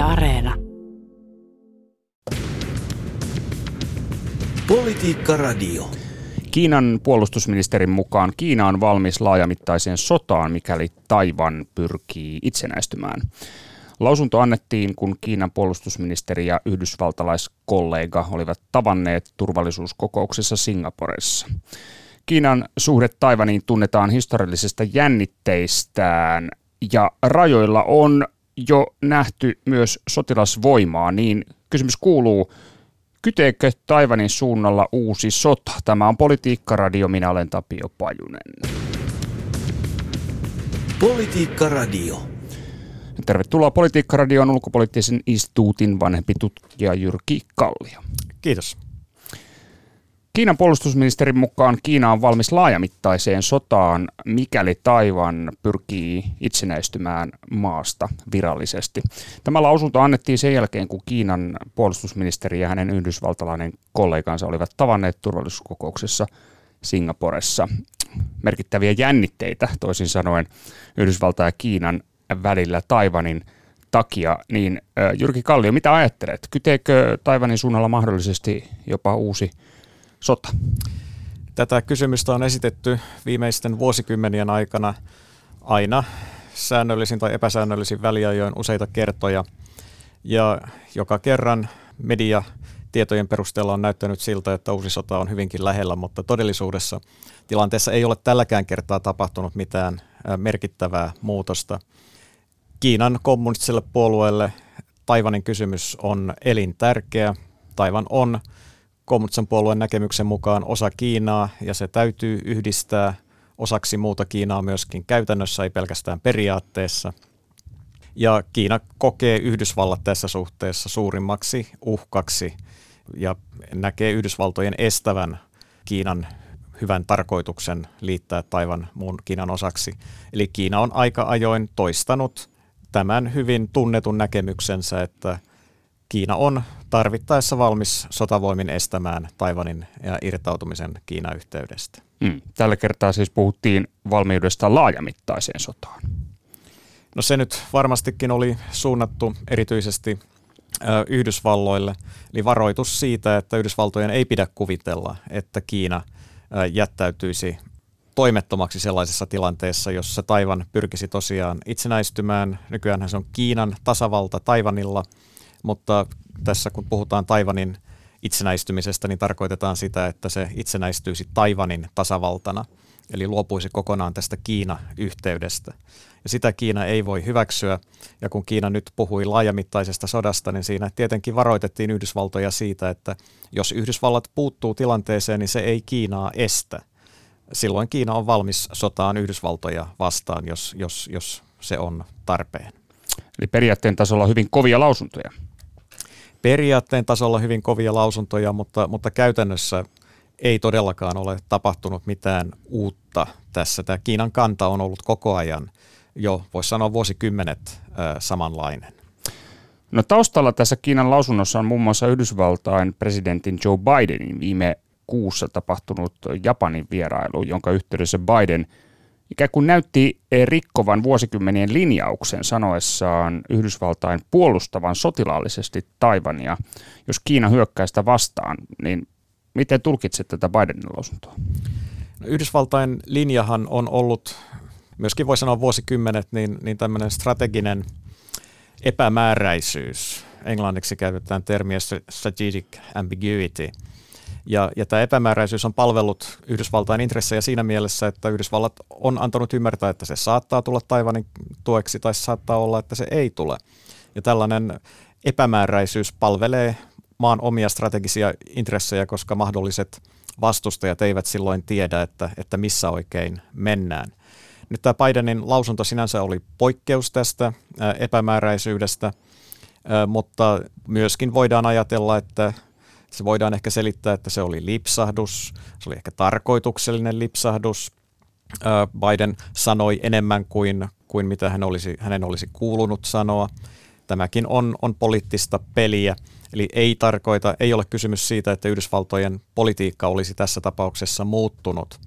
Areena. Politiikka Radio. Kiinan puolustusministerin mukaan Kiina on valmis laajamittaiseen sotaan, mikäli Taiwan pyrkii itsenäistymään. Lausunto annettiin, kun Kiinan puolustusministeri ja yhdysvaltalaiskollega olivat tavanneet turvallisuuskokouksessa Singaporessa. Kiinan suhde Taiwaniin tunnetaan historiallisista jännitteistään ja rajoilla on jo nähty myös sotilasvoimaa, niin kysymys kuuluu, kyteekö Taiwanin suunnalla uusi sota? Tämä on Politiikka Radio, minä olen Tapio Pajunen. Politiikka Radio. Tervetuloa Politiikka Radioon, ulkopoliittisen instituutin vanhempi tutkija Jyrki Kallio. Kiitos. Kiinan puolustusministerin mukaan Kiina on valmis laajamittaiseen sotaan, mikäli Taiwan pyrkii itsenäistymään maasta virallisesti. Tämä lausunto annettiin sen jälkeen, kun Kiinan puolustusministeri ja hänen yhdysvaltalainen kollegansa olivat tavanneet turvallisuuskokouksessa Singaporessa. Merkittäviä jännitteitä, toisin sanoen Yhdysvaltain ja Kiinan välillä Taiwanin takia, niin Jyrki Kallio, mitä ajattelet? Kyteekö Taiwanin suunnalla mahdollisesti jopa uusi sota? Tätä kysymystä on esitetty viimeisten vuosikymmenien aikana aina säännöllisin tai epäsäännöllisin väliajoin useita kertoja. Ja joka kerran mediatietojen perusteella on näyttänyt siltä, että uusi sota on hyvinkin lähellä, mutta todellisuudessa tilanteessa ei ole tälläkään kertaa tapahtunut mitään merkittävää muutosta. Kiinan kommunistiselle puolueelle Taiwanin kysymys on elintärkeä. Taiwan on kommunistisen puolueen näkemyksen mukaan osa Kiinaa ja se täytyy yhdistää osaksi muuta Kiinaa myöskin käytännössä, ei pelkästään periaatteessa. Ja Kiina kokee Yhdysvallat tässä suhteessa suurimmaksi uhkaksi ja näkee Yhdysvaltojen estävän Kiinan hyvän tarkoituksen liittää Taiwan muun Kiinan osaksi. Eli Kiina on aika ajoin toistanut tämän hyvin tunnetun näkemyksensä, että Kiina on tarvittaessa valmis sotavoimin estämään Taiwanin ja irtautumisen Kiinan yhteydestä. Tällä kertaa siis puhuttiin valmiudesta laajamittaiseen sotaan. No se nyt varmastikin oli suunnattu erityisesti Yhdysvalloille, eli varoitus siitä, että Yhdysvaltojen ei pidä kuvitella, että Kiina jättäytyisi toimettomaksi sellaisessa tilanteessa, jossa Taiwan pyrkisi tosiaan itsenäistymään. Nykyäänhän se on Kiinan tasavalta Taiwanilla, mutta tässä kun puhutaan Taiwanin itsenäistymisestä, niin tarkoitetaan sitä, että se itsenäistyisi Taiwanin tasavaltana, eli luopuisi kokonaan tästä Kiina-yhteydestä. Ja sitä Kiina ei voi hyväksyä, ja kun Kiina nyt puhui laajamittaisesta sodasta, niin siinä tietenkin varoitettiin Yhdysvaltoja siitä, että jos Yhdysvallat puuttuu tilanteeseen, niin se ei Kiinaa estä. Silloin Kiina on valmis sotaan Yhdysvaltoja vastaan, jos se on tarpeen. Eli periaatteen tasolla hyvin kovia lausuntoja. Periaatteen tasolla hyvin kovia lausuntoja, mutta käytännössä ei todellakaan ole tapahtunut mitään uutta tässä. Tämä Kiinan kanta on ollut koko ajan jo, voisi sanoa vuosikymmenet, samanlainen. No taustalla tässä Kiinan lausunnossa on muun muassa Yhdysvaltain presidentin Joe Bidenin viime kuussa tapahtunut Japanin vierailu, jonka yhteydessä Biden ikään kuin näytti rikkovan vuosikymmenien linjauksen sanoessaan Yhdysvaltain puolustavan sotilaallisesti Taiwania, jos Kiina hyökkää sitä vastaan, niin miten tulkitset tätä Bidenin lausuntoa? No, Yhdysvaltain linjahan on ollut, myöskin voi sanoa vuosikymmenet, niin tämmöinen strateginen epämääräisyys. Englanniksi käytetään termiä strategic ambiguity. Ja tämä epämääräisyys on palvellut Yhdysvaltain intressejä siinä mielessä, että Yhdysvallat on antanut ymmärtää, että se saattaa tulla Taiwanin tueksi tai saattaa olla, että se ei tule. Ja tällainen epämääräisyys palvelee maan omia strategisia intressejä, koska mahdolliset vastustajat eivät silloin tiedä, että missä oikein mennään. Nyt tämä Bidenin lausunto sinänsä oli poikkeus tästä epämääräisyydestä, mutta myöskin voidaan ajatella, että se voidaan ehkä selittää, että se oli lipsahdus, se oli ehkä tarkoituksellinen lipsahdus. Biden sanoi enemmän kuin mitä hänen olisi kuulunut sanoa. Tämäkin on poliittista peliä, eli ei ole kysymys siitä, että Yhdysvaltojen politiikka olisi tässä tapauksessa muuttunut,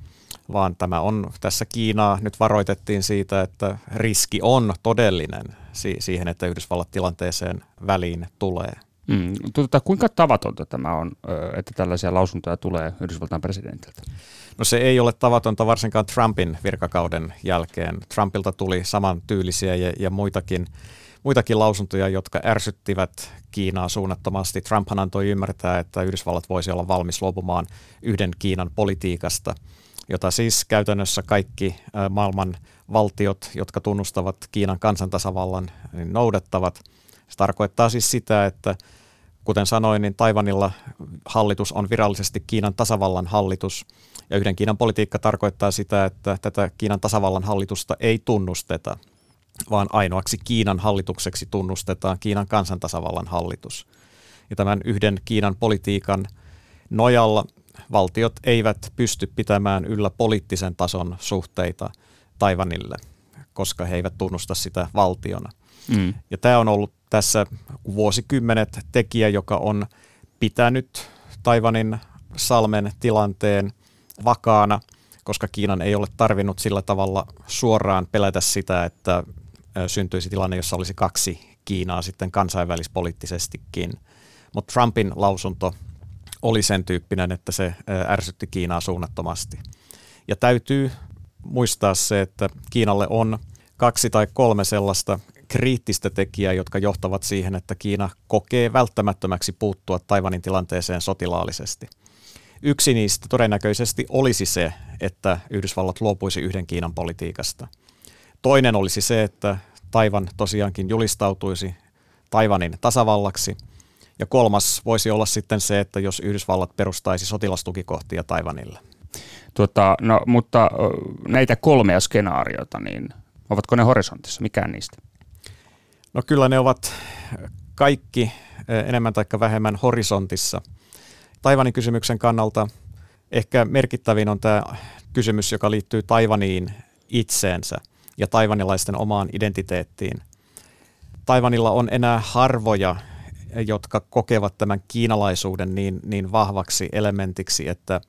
vaan tämä on tässä Kiinaa. Nyt varoitettiin siitä, että riski on todellinen siihen, että Yhdysvallat tilanteeseen väliin tulee. Kuinka tavatonta tämä on, että tällaisia lausuntoja tulee Yhdysvaltain presidentiltä? No se ei ole tavatonta varsinkaan Trumpin virkakauden jälkeen. Trumpilta tuli samantyylisiä ja muitakin lausuntoja, jotka ärsyttivät Kiinaa suunnattomasti. Trumphan antoi ymmärtää, että Yhdysvallat voisi olla valmis luopumaan yhden Kiinan politiikasta, jota siis käytännössä kaikki maailman valtiot, jotka tunnustavat Kiinan kansantasavallan, niin noudattavat. Se tarkoittaa siis sitä, että kuten sanoin, niin Taiwanilla hallitus on virallisesti Kiinan tasavallan hallitus, ja yhden Kiinan politiikka tarkoittaa sitä, että tätä Kiinan tasavallan hallitusta ei tunnusteta, vaan ainoaksi Kiinan hallitukseksi tunnustetaan Kiinan kansantasavallan hallitus. Ja tämän yhden Kiinan politiikan nojalla valtiot eivät pysty pitämään yllä poliittisen tason suhteita Taiwanille, koska he eivät tunnusta sitä valtiona. Ja tämä on ollut tässä vuosikymmenet tekijä, joka on pitänyt Taiwanin salmen tilanteen vakaana, koska Kiinan ei ole tarvinnut sillä tavalla suoraan pelätä sitä, että syntyisi tilanne, jossa olisi kaksi Kiinaa sitten kansainvälispoliittisestikin. Mutta Trumpin lausunto oli sen tyyppinen, että se ärsytti Kiinaa suunnattomasti. Ja täytyy muistaa se, että Kiinalle on 2 tai 3 sellaista kriittistä tekijää, jotka johtavat siihen, että Kiina kokee välttämättömäksi puuttua Taiwanin tilanteeseen sotilaallisesti. Yksi niistä todennäköisesti olisi se, että Yhdysvallat luopuisi yhden Kiinan politiikasta. Toinen olisi se, että Taiwan tosiaankin julistautuisi Taiwanin tasavallaksi. Ja kolmas voisi olla sitten se, että jos Yhdysvallat perustaisi sotilastukikohtia Taiwanille. Mutta näitä 3 skenaariota, niin ovatko ne horisontissa? Mikään niistä? No kyllä ne ovat kaikki enemmän tai vähemmän horisontissa. Taiwanin kysymyksen kannalta ehkä merkittävin on tämä kysymys, joka liittyy Taiwaniin itseensä ja taiwanilaisten omaan identiteettiin. Taiwanilla on enää harvoja, jotka kokevat tämän kiinalaisuuden niin vahvaksi elementiksi, että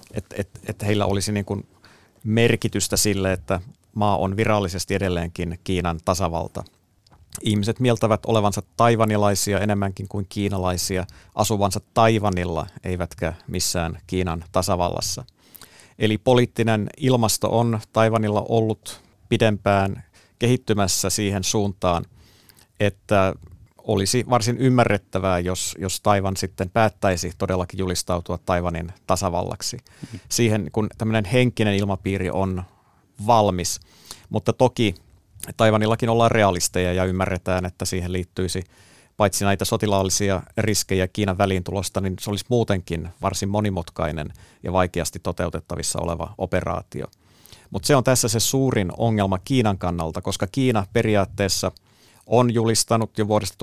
heillä olisi niin kuin merkitystä sille, että maa on virallisesti edelleenkin Kiinan tasavalta. Ihmiset mieltävät olevansa taiwanilaisia enemmänkin kuin kiinalaisia, asuvansa Taiwanilla eivätkä missään Kiinan tasavallassa. Eli poliittinen ilmasto on Taiwanilla ollut pidempään kehittymässä siihen suuntaan, että olisi varsin ymmärrettävää, jos Taiwan sitten päättäisi todellakin julistautua Taiwanin tasavallaksi. Siihen kun tämmöinen henkinen ilmapiiri on valmis, mutta toki Taiwanillakin ollaan realisteja ja ymmärretään, että siihen liittyisi paitsi näitä sotilaallisia riskejä Kiinan väliintulosta, niin se olisi muutenkin varsin monimutkainen ja vaikeasti toteutettavissa oleva operaatio. Mutta se on tässä se suurin ongelma Kiinan kannalta, koska Kiina periaatteessa on julistanut jo vuodesta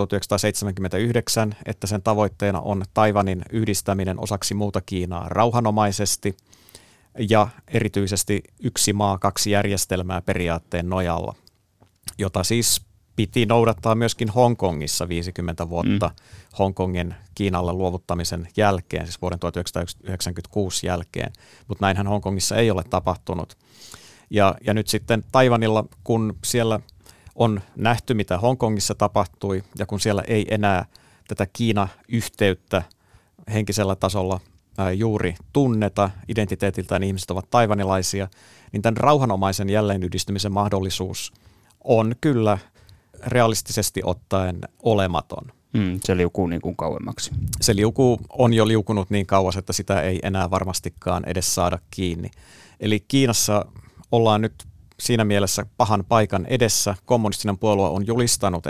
1979, että sen tavoitteena on Taiwanin yhdistäminen osaksi muuta Kiinaa rauhanomaisesti ja erityisesti yksi maa, 2 järjestelmää periaatteen nojalla, jota siis piti noudattaa myöskin Hongkongissa 50 vuotta Hongkongin Kiinalle luovuttamisen jälkeen, siis vuoden 1996 jälkeen, mutta näinhän Hongkongissa ei ole tapahtunut. Ja nyt sitten Taiwanilla, kun siellä on nähty, mitä Hongkongissa tapahtui, ja kun siellä ei enää tätä Kiina-yhteyttä henkisellä tasolla juuri tunneta, identiteetiltään ihmiset ovat taiwanilaisia, niin tämän rauhanomaisen jälleenyhdistymisen mahdollisuus on kyllä realistisesti ottaen olematon. Se liukuu niin kuin kauemmaksi. Se on jo liukunut niin kauas, että sitä ei enää varmastikaan edes saada kiinni. Eli Kiinassa ollaan nyt siinä mielessä pahan paikan edessä. Kommunistinen puolue on julistanut,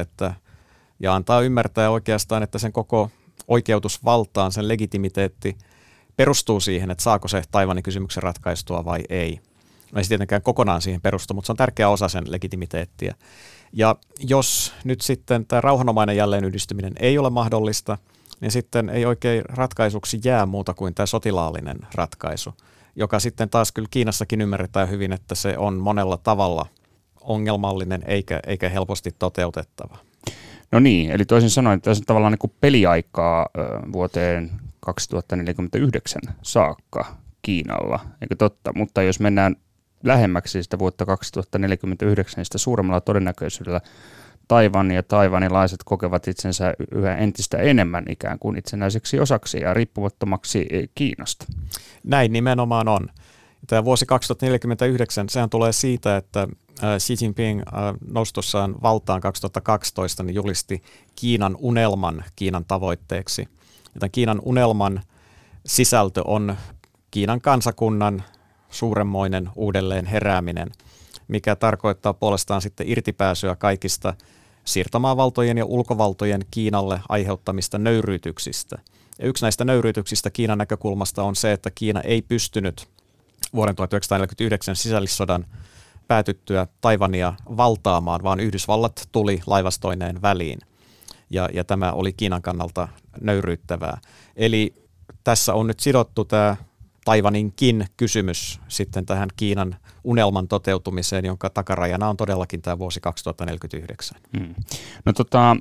ja antaa ymmärtää oikeastaan, että sen koko oikeutusvaltaan, sen legitimiteetti perustuu siihen, että saako se Taiwanin kysymyksen ratkaistua vai ei. No ei se tietenkään kokonaan siihen perustu, mutta se on tärkeä osa sen legitimiteettiä. Ja jos nyt sitten tämä rauhanomainen jälleenyhdistyminen ei ole mahdollista, niin sitten ei oikein ratkaisuksi jää muuta kuin tämä sotilaallinen ratkaisu, joka sitten taas kyllä Kiinassakin ymmärretään hyvin, että se on monella tavalla ongelmallinen eikä helposti toteutettava. No niin, eli toisin sanoen, että tässä on tavallaan niin kuin peliaikaa vuoteen 2049 saakka Kiinalla, eikö totta? Mutta jos mennään lähemmäksi sitä vuotta 2049, niin sitä suuremmalla todennäköisyydellä Taiwan ja taiwanilaiset kokevat itsensä yhä entistä enemmän ikään kuin itsenäiseksi osaksi ja riippumattomaksi Kiinasta. Näin nimenomaan on. Tämä vuosi 2049, sehän tulee siitä, että Xi Jinping noustussaan valtaan 2012 niin julisti Kiinan unelman Kiinan tavoitteeksi. Ja tämän Kiinan unelman sisältö on Kiinan kansakunnan suuremmoinen uudelleen herääminen, mikä tarkoittaa puolestaan sitten irtipääsyä kaikista siirtomaavaltojen ja ulkovaltojen Kiinalle aiheuttamista nöyryytyksistä. Ja yksi näistä nöyryytyksistä Kiinan näkökulmasta on se, että Kiina ei pystynyt vuoden 1949 sisällissodan päätyttyä Taiwania valtaamaan, vaan Yhdysvallat tuli laivastoineen väliin. Ja tämä oli Kiinan kannalta nöyryyttävää. Eli tässä on nyt sidottu tämä Taiwaninkin kysymys sitten tähän Kiinan unelman toteutumiseen, jonka takarajana on todellakin tämä vuosi 2049. No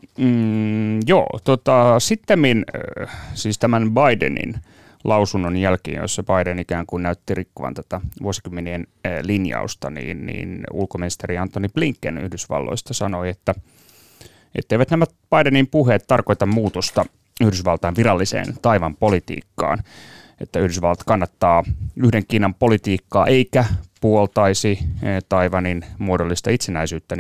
sittemmin siis tämän Bidenin lausunnon jälkeen, jossa Biden ikään kuin näytti rikkovan tätä vuosikymmenien linjausta, niin ulkoministeri Antony Blinken Yhdysvalloista sanoi, että etteivät nämä Bidenin puheet tarkoita muutosta Yhdysvaltain viralliseen Taiwan politiikkaan, että Yhdysvallat kannattaa yhden Kiinan politiikkaa eikä puoltaisi Taiwanin muodollista itsenäisyyttä,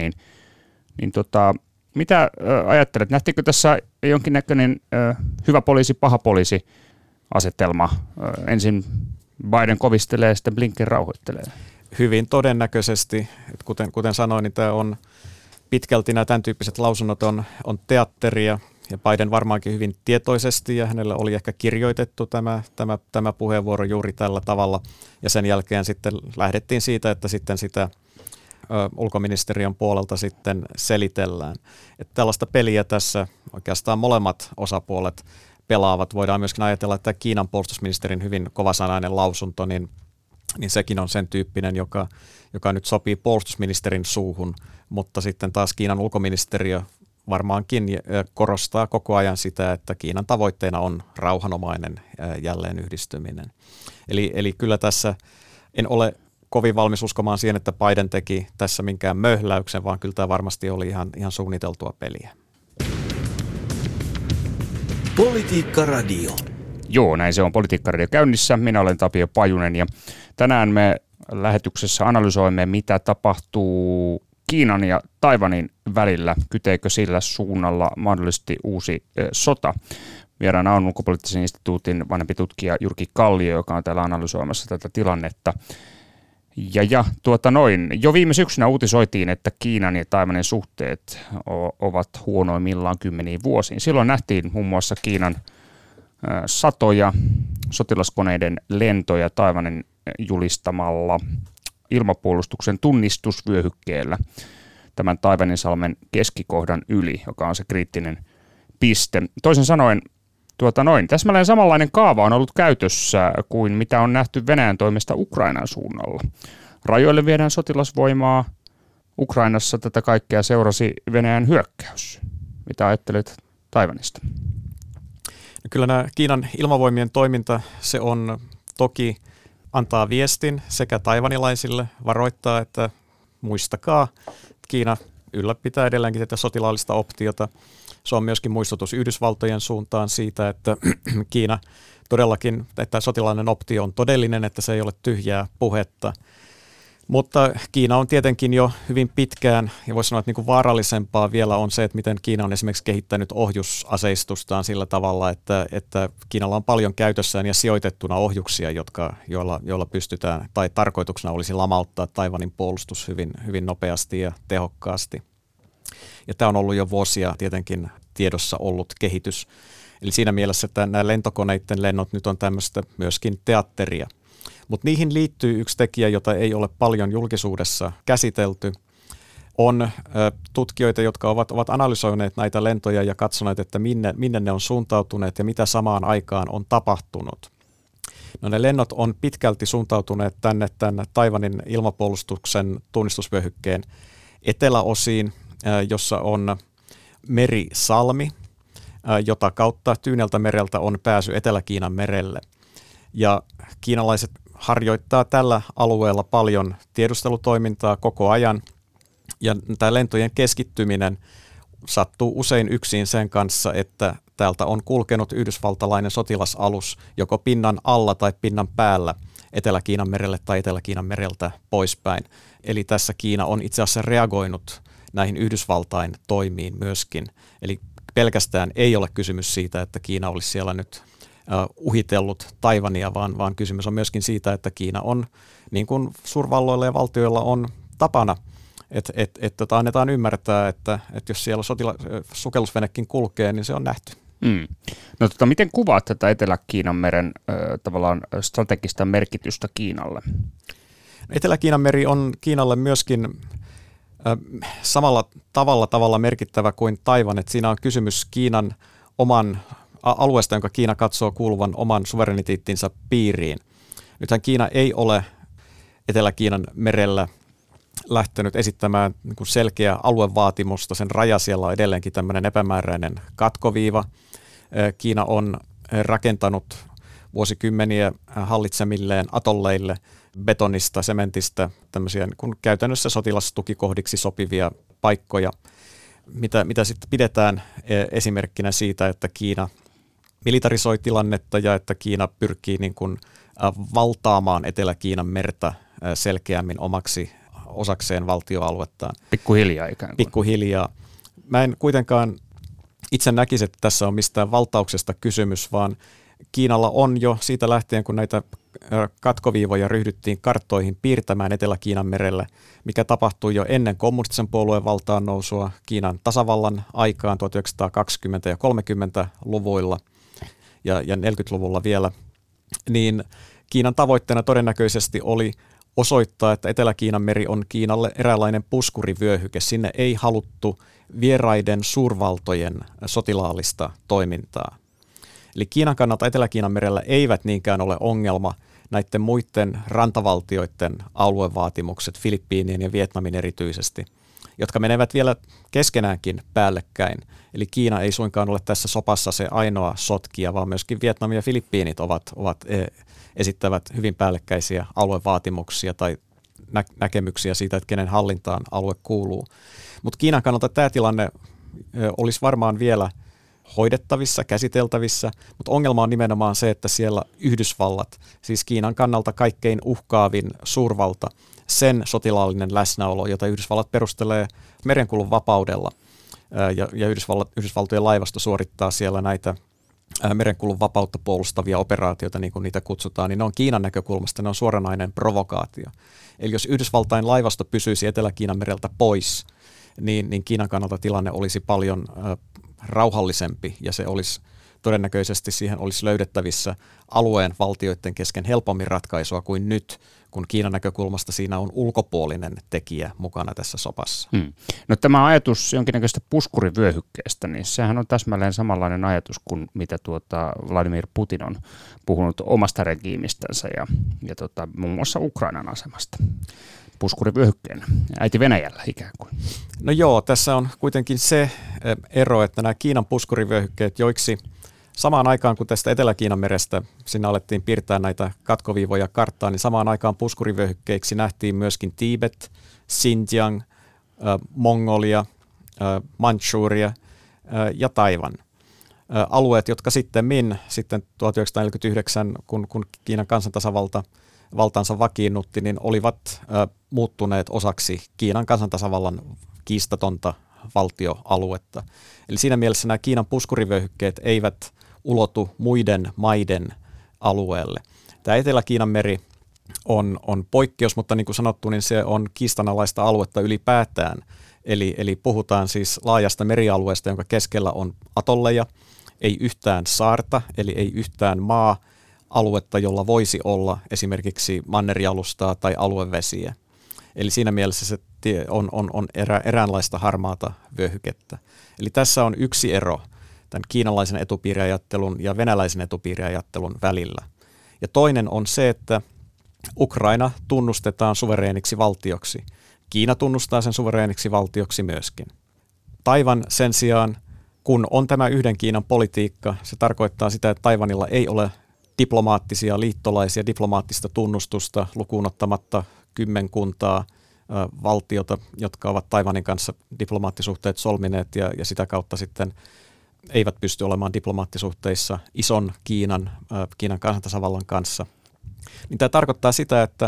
mitä ajattelet? Nähtikö tässä jonkinnäköinen hyvä poliisi, paha poliisi asetelma? Ensin Biden kovistelee ja sitten Blinken rauhoittelee. Hyvin todennäköisesti, että kuten sanoin, niin tämä on pitkälti nämä tämän tyyppiset lausunnot on teatteria, ja Biden varmaankin hyvin tietoisesti, ja hänelle oli ehkä kirjoitettu tämä puheenvuoro juuri tällä tavalla, ja sen jälkeen sitten lähdettiin siitä, että sitten sitä ulkoministeriön puolelta sitten selitellään. Että tällaista peliä tässä oikeastaan molemmat osapuolet pelaavat. Voidaan myöskin ajatella, että Kiinan puolustusministerin hyvin kovasanainen lausunto, niin sekin on sen tyyppinen, joka nyt sopii puolustusministerin suuhun, mutta sitten taas Kiinan ulkoministeriö varmaankin korostaa koko ajan sitä, että Kiinan tavoitteena on rauhanomainen jälleen yhdistyminen. Eli kyllä tässä en ole kovin valmis uskomaan siihen, että Biden teki tässä minkään möhläyksen, vaan kyllä tämä varmasti oli ihan suunniteltua peliä. Politiikka Radio. Joo, näin se on Politiikka Radio käynnissä. Minä olen Tapio Pajunen ja tänään me lähetyksessä analysoimme, mitä tapahtuu Kiinan ja Taiwanin välillä. Kyteekö sillä suunnalla mahdollisesti uusi sota? Vieraana on ulkopoliittisen instituutin vanhempi tutkija Jyrki Kallio, joka on täällä analysoimassa tätä tilannetta. Jo viime syksynä uutisoitiin, että Kiinan ja Taiwanin suhteet ovat huonoimmillaan kymmeniin vuosiin. Silloin nähtiin muun muassa Kiinan satoja sotilaskoneiden lentoja Taiwanin julistamalla ilmapuolustuksen tunnistusvyöhykkeellä tämän Taiwaninsalmen keskikohdan yli, joka on se kriittinen piste. Toisin sanoen, täsmälleen samanlainen kaava on ollut käytössä kuin mitä on nähty Venäjän toimesta Ukrainan suunnalla. Rajoille viedään sotilasvoimaa. Ukrainassa tätä kaikkea seurasi Venäjän hyökkäys. Mitä ajattelet Taiwanista? Kyllä nämä Kiinan ilmavoimien toiminta, se on toki antaa viestin sekä taiwanilaisille, varoittaa, että muistakaa, Kiina ylläpitää edelleenkin tätä sotilaallista optiota. Se on myöskin muistutus Yhdysvaltojen suuntaan siitä, että Kiina todellakin, että sotilaallinen optio on todellinen, että se ei ole tyhjää puhetta. Mutta Kiina on tietenkin jo hyvin pitkään, ja voisi sanoa, että niin kuin vaarallisempaa vielä on se, että miten Kiina on esimerkiksi kehittänyt ohjusaseistustaan sillä tavalla, että Kiinalla on paljon käytössään ja sijoitettuna ohjuksia, joilla pystytään, tai tarkoituksena olisi lamauttaa Taiwanin puolustus hyvin nopeasti ja tehokkaasti. Ja tämä on ollut jo vuosia tietenkin tiedossa ollut kehitys. Eli siinä mielessä, että nämä lentokoneiden lennot nyt on tämmöistä myöskin teatteria. Mutta niihin liittyy yksi tekijä, jota ei ole paljon julkisuudessa käsitelty. On tutkijoita, jotka ovat analysoineet näitä lentoja ja katsoneet, että minne ne on suuntautuneet ja mitä samaan aikaan on tapahtunut. No ne lennot on pitkälti suuntautuneet tänne Taiwanin ilmapuolustuksen tunnistusvyöhykkeen eteläosiin, jossa on merisalmi, jota kautta Tyyneltä mereltä on pääsy Etelä-Kiinan merelle. Ja kiinalaiset harjoittaa tällä alueella paljon tiedustelutoimintaa koko ajan, ja tämä lentojen keskittyminen sattuu usein yksin sen kanssa, että täältä on kulkenut yhdysvaltalainen sotilasalus joko pinnan alla tai pinnan päällä Etelä-Kiinan merelle tai Etelä-Kiinan mereltä poispäin. Eli tässä Kiina on itse asiassa reagoinut näihin Yhdysvaltain toimiin myöskin. Eli pelkästään ei ole kysymys siitä, että Kiina olisi siellä nyt uhitellut Taiwania, vaan kysymys on myöskin siitä, että Kiina on, niin kuin suurvalloilla ja valtioilla on tapana, että annetaan ymmärtää, että jos siellä sukellusvenekin kulkee, niin se on nähty. No miten kuvaat tätä Etelä-Kiinan meren tavallaan strategista merkitystä Kiinalle? Etelä-Kiinan meri on Kiinalle myöskin samalla tavalla merkittävä kuin Taiwan, että siinä on kysymys Kiinan oman alueesta, jonka Kiina katsoo kuuluvan oman suvereniteettinsa piiriin. Nythän Kiina ei ole Etelä-Kiinan merellä lähtenyt esittämään niin selkeää aluevaatimusta. Sen raja siellä on edelleenkin tämmöinen epämääräinen katkoviiva. Kiina on rakentanut vuosikymmeniä hallitsemilleen atolleille betonista, sementistä tämmöisiä niin käytännössä sotilastukikohdiksi sopivia paikkoja, mitä sitten pidetään esimerkkinä siitä, että Kiina militarisoi tilannetta ja että Kiina pyrkii niin kuin valtaamaan Etelä-Kiinan merta selkeämmin omaksi osakseen valtioaluettaan. Pikkuhiljaa ikään kuin. Pikkuhiljaa. Mä en kuitenkaan itse näkisi, että tässä on mistään valtauksesta kysymys, vaan Kiinalla on jo siitä lähtien, kun näitä katkoviivoja ryhdyttiin karttoihin piirtämään Etelä-Kiinan merelle, mikä tapahtui jo ennen kommunistisen puolueen valtaan nousua Kiinan tasavallan aikaan 1920- ja 30-luvuilla ja 40-luvulla vielä, niin Kiinan tavoitteena todennäköisesti oli osoittaa, että Etelä-Kiinan meri on Kiinalle eräänlainen puskurivyöhyke. Sinne ei haluttu vieraiden suurvaltojen sotilaallista toimintaa. Eli Kiinan kannalta Etelä-Kiinan merellä eivät niinkään ole ongelma näiden muiden rantavaltioiden aluevaatimukset, Filippiinien ja Vietnamin erityisesti, jotka menevät vielä keskenäänkin päällekkäin. Eli Kiina ei suinkaan ole tässä sopassa se ainoa sotkija, vaan myöskin Vietnam ja Filippiinit esittävät hyvin päällekkäisiä aluevaatimuksia tai näkemyksiä siitä, että kenen hallintaan alue kuuluu. Mutta Kiinan kannalta tämä tilanne olisi varmaan vielä hoidettavissa, käsiteltävissä, mutta ongelma on nimenomaan se, että siellä Yhdysvallat, siis Kiinan kannalta kaikkein uhkaavin suurvalta, sen sotilaallinen läsnäolo, jota Yhdysvallat perustelee merenkulun vapaudella, ja Yhdysvaltojen laivasto suorittaa siellä näitä merenkulun vapautta puolustavia operaatioita, niin kuin niitä kutsutaan, niin ne on Kiinan näkökulmasta, ne on suoranainen provokaatio. Eli jos Yhdysvaltain laivasto pysyisi Etelä-Kiinan mereltä pois, niin Kiinan kannalta tilanne olisi paljon rauhallisempi ja se olisi todennäköisesti siihen olisi löydettävissä alueen valtioiden kesken helpommin ratkaisua kuin nyt, kun Kiinan näkökulmasta siinä on ulkopuolinen tekijä mukana tässä sopassa. No tämä ajatus jonkinnäköistä puskurivyöhykkeestä, niin sehän on täsmälleen samanlainen ajatus kuin mitä Vladimir Putin on puhunut omasta regiimistänsä ja muun muassa Ukrainan asemasta. Puskurivyöhykkeenä, äiti Venäjällä ikään kuin. No joo, tässä on kuitenkin se ero, että nämä Kiinan puskurivyöhykkeet, joiksi samaan aikaan kun tästä Etelä-Kiinan merestä sinne alettiin piirtää näitä katkoviivoja karttaan, niin samaan aikaan puskurivyöhykkeiksi nähtiin myöskin Tiibet, Xinjiang, Mongolia, Manchuria ja Taiwan. Alueet, jotka sitten 1949, kun Kiinan kansantasavalta valtaansa vakiinnutti, niin olivat muuttuneet osaksi Kiinan kansantasavallan kiistatonta valtioaluetta. Eli siinä mielessä nämä Kiinan puskurivyöhykkeet eivät ulotu muiden maiden alueelle. Tämä Etelä-Kiinan meri on poikkeus, mutta niin kuin sanottu, niin se on kiistanalaista aluetta ylipäätään. Eli puhutaan siis laajasta merialueesta, jonka keskellä on atolleja, ei yhtään saarta, eli ei yhtään maa-aluetta, jolla voisi olla esimerkiksi mannerialustaa tai aluevesiä. Eli siinä mielessä se on eräänlaista harmaata vyöhykettä. Eli tässä on yksi ero tämän kiinalaisen etupiiriajattelun ja venäläisen etupiiriajattelun välillä. Ja toinen on se, että Ukraina tunnustetaan suvereeniksi valtioksi. Kiina tunnustaa sen suvereeniksi valtioksi myöskin. Taiwan sen sijaan, kun on tämä yhden Kiinan politiikka, se tarkoittaa sitä, että Taiwanilla ei ole diplomaattisia liittolaisia, diplomaattista tunnustusta lukuun ottamatta kymmenkuntaa valtiota, jotka ovat Taiwanin kanssa diplomaattisuhteet solmineet ja sitä kautta sitten eivät pysty olemaan diplomaattisuhteissa ison Kiinan kansantasavallan kanssa. Niin tämä tarkoittaa sitä, että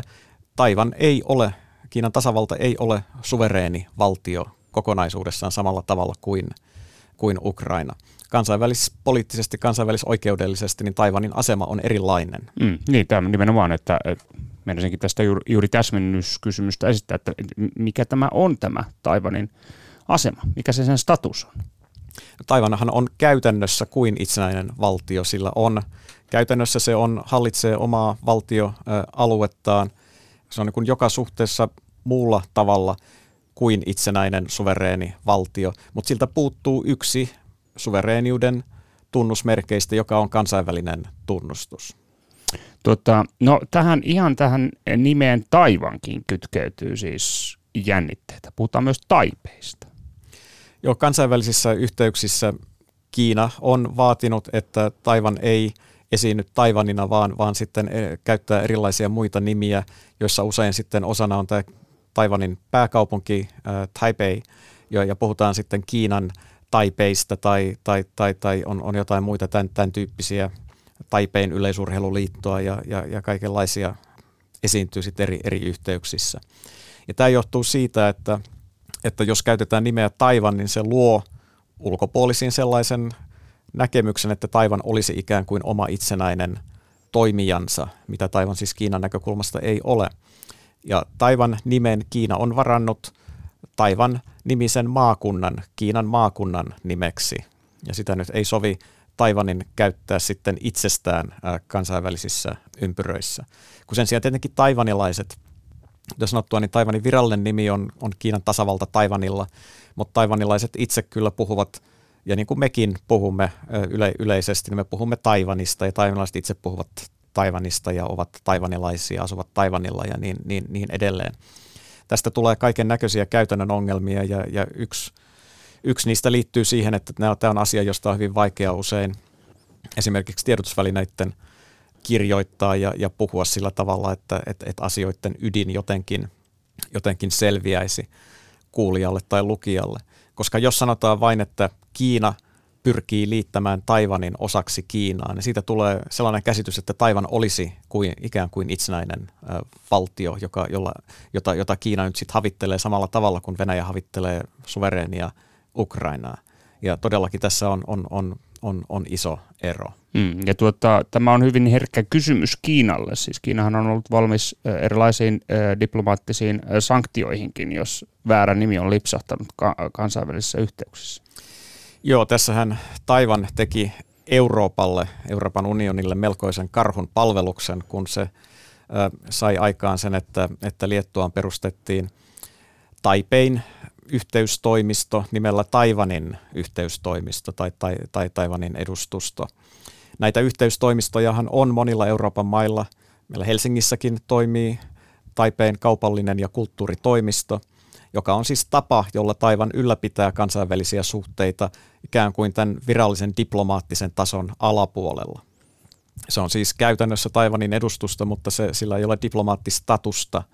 Kiinan tasavalta ei ole suvereeni valtio kokonaisuudessaan samalla tavalla kuin Ukraina. Kansainvälispoliittisesti, kansainvälisoikeudellisesti, niin Taiwanin asema on erilainen. Niin, tämä nimenomaan, että meinasinkin tästä juuri täsmennyskysymystä esittää, että mikä tämä on tämä Taiwanin asema, mikä se sen status on? Taiwanhan on käytännössä kuin itsenäinen valtio, sillä käytännössä se hallitsee omaa valtioaluettaan. Se on niin kuin joka suhteessa muulla tavalla kuin itsenäinen suvereeni valtio, mutta siltä puuttuu yksi suvereeniuden tunnusmerkeistä, joka on kansainvälinen tunnustus. No tähän nimeen Taiwankin kytkeytyy siis jännitteitä. Puhutaan myös Taipeista. Joo, kansainvälisissä yhteyksissä Kiina on vaatinut, että Taiwan ei esiinny Taiwanina, vaan sitten käyttää erilaisia muita nimiä, joissa usein sitten osana on tämä Taiwanin pääkaupunki Taipei, ja puhutaan sitten Kiinan Taipeista tai on jotain muita tämän tyyppisiä, Taipein yleisurheiluliittoa ja kaikenlaisia esiintyy sitten eri yhteyksissä. Ja tämä johtuu siitä, että jos käytetään nimeä Taiwan, niin se luo ulkopuolisiin sellaisen näkemyksen, että Taiwan olisi ikään kuin oma itsenäinen toimijansa, mitä Taiwan siis Kiinan näkökulmasta ei ole. Ja Taiwan nimen Kiina on varannut Taiwan-nimisen maakunnan, Kiinan maakunnan nimeksi. Ja sitä nyt ei sovi Taiwanin käyttää sitten itsestään kansainvälisissä ympyröissä. Kun sen sijaan tietenkin taiwanilaiset, kuten sanottua, niin Taiwanin virallinen nimi on Kiinan tasavalta Taiwanilla, mutta taiwanilaiset itse kyllä puhuvat, ja niin kuin mekin puhumme yleisesti, niin me puhumme Taiwanista, ja taiwanilaiset itse puhuvat Taiwanista ja ovat taivanilaisia, asuvat Taiwanilla ja niin edelleen. Tästä tulee kaiken näköisiä käytännön ongelmia, ja yksi niistä liittyy siihen, että tämä on asia, josta on hyvin vaikea usein esimerkiksi tiedotusvälineiden kirjoittaa ja puhua sillä tavalla, että asioiden ydin jotenkin selviäisi kuulijalle tai lukijalle. Koska jos sanotaan vain, että Kiina pyrkii liittämään Taiwanin osaksi Kiinaa, niin siitä tulee sellainen käsitys, että Taiwan olisi ikään kuin itsenäinen valtio, jota Kiina nyt sitten havittelee samalla tavalla kuin Venäjä havittelee suvereenia Ukrainaa. Ja todellakin tässä on iso ero. Ja tämä on hyvin herkkä kysymys Kiinalle. Siis Kiinahan on ollut valmis erilaisiin diplomaattisiin sanktioihinkin, jos väärä nimi on lipsahtanut kansainvälisissä yhteyksissä. Joo, tässähän Taiwan teki Euroopan unionille melkoisen karhun palveluksen, kun se sai aikaan sen, että Liettuaan perustettiin Taipein yhteystoimisto nimellä Taiwanin yhteystoimisto tai Taiwanin edustusto. Näitä yhteystoimistojahan on monilla Euroopan mailla. Meillä Helsingissäkin toimii Taipein kaupallinen ja kulttuuritoimisto, joka on siis tapa, jolla Taiwan ylläpitää kansainvälisiä suhteita ikään kuin tämän virallisen diplomaattisen tason alapuolella. Se on siis käytännössä Taiwanin edustusta, mutta sillä ei ole diplomaattistatusta.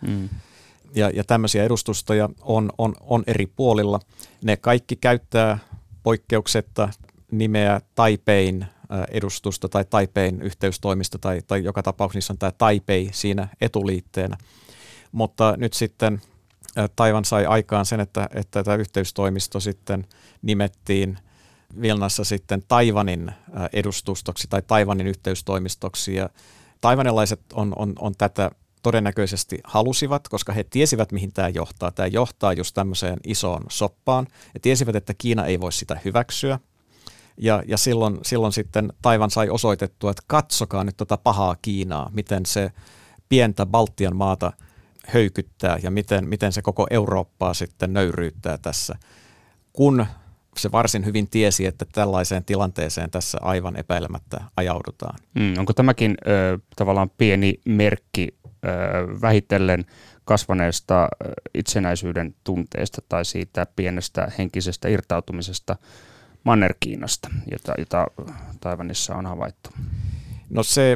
Ja tämmöisiä edustustoja on eri puolilla. Ne kaikki käyttää poikkeuksetta nimeä Taipein edustusta tai Taipein yhteystoimisto tai joka tapauksessa on tämä Taipei siinä etuliitteenä. Mutta nyt sitten Taiwan sai aikaan sen, että tämä yhteystoimisto sitten nimettiin Vilnassa sitten Taiwanin edustustoksi tai Taiwanin yhteystoimistoksi. Ja taiwanilaiset on tätä todennäköisesti halusivat, koska he tiesivät, mihin tämä johtaa. Tämä johtaa just tämmöiseen isoon soppaan. He tiesivät, että Kiina ei voi sitä hyväksyä. Ja silloin sitten Taiwan sai osoitettua, että katsokaa nyt tuota pahaa Kiinaa, miten se pientä Baltian maata höykyttää ja miten se koko Eurooppaa sitten nöyryyttää tässä, kun se varsin hyvin tiesi, että tällaiseen tilanteeseen tässä aivan epäilemättä ajaudutaan. Onko tämäkin tavallaan pieni merkki vähitellen kasvaneesta itsenäisyyden tunteesta tai siitä pienestä henkisestä irtautumisesta Manner-Kiinasta, jota Taiwanissa on havaittu? No se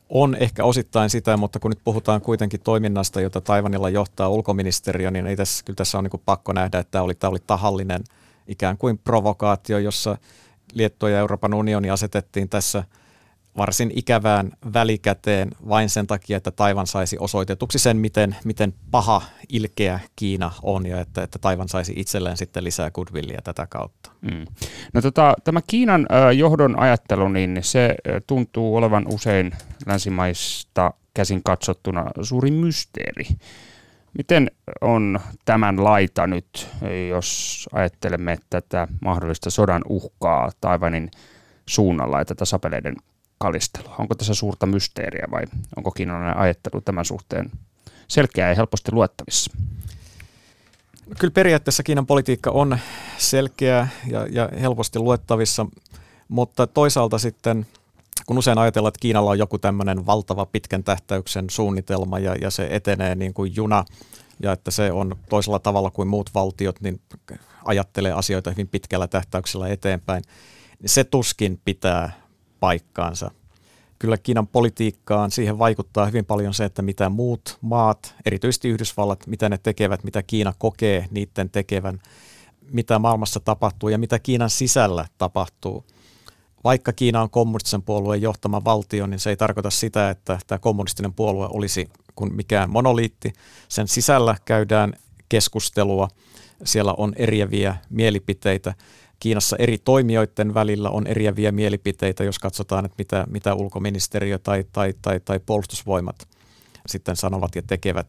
On ehkä osittain sitä, mutta kun nyt puhutaan kuitenkin toiminnasta, jota Taiwanilla johtaa ulkoministeriö, niin kyllä tässä on niin kuin pakko nähdä, että tämä oli tahallinen ikään kuin provokaatio, jossa Liettua ja Euroopan unioni asetettiin tässä varsin ikävään välikäteen vain sen takia, että Taiwan saisi osoitetuksi sen, miten paha, ilkeä Kiina on ja että Taiwan saisi itselleen sitten lisää goodwillia tätä kautta. No tämä Kiinan johdon ajattelu, niin se tuntuu olevan usein länsimaista käsin katsottuna suuri mysteeri. Miten on tämän laita nyt, jos ajattelemme tätä mahdollista sodan uhkaa Taiwanin suunnalla ja tätä sapeleiden kalistelua? Onko tässä suurta mysteeriä vai onko kiinalainen ajattelu tämän suhteen selkeää ja helposti luettavissa? Kyllä periaatteessa Kiinan politiikka on selkeä ja helposti luettavissa, mutta toisaalta sitten, kun usein ajatellaan, että Kiinalla on joku tämmöinen valtava pitkän tähtäyksen suunnitelma ja se etenee niin kuin juna ja että se on toisella tavalla kuin muut valtiot, niin ajattelee asioita hyvin pitkällä tähtäyksellä eteenpäin, niin se tuskin pitää paikkaansa. Kyllä Kiinan politiikkaan siihen vaikuttaa hyvin paljon se, että mitä muut maat, erityisesti Yhdysvallat, mitä ne tekevät, mitä Kiina kokee niiden tekevän, mitä maailmassa tapahtuu ja mitä Kiinan sisällä tapahtuu. Vaikka Kiina on kommunistisen puolueen johtama valtio, niin se ei tarkoita sitä, että tämä kommunistinen puolue olisi kuin mikään monoliitti. Sen sisällä käydään keskustelua, siellä on eriäviä mielipiteitä. Kiinassa eri toimijoiden välillä on eriäviä mielipiteitä, jos katsotaan, että mitä ulkoministeriö tai puolustusvoimat sitten sanovat ja tekevät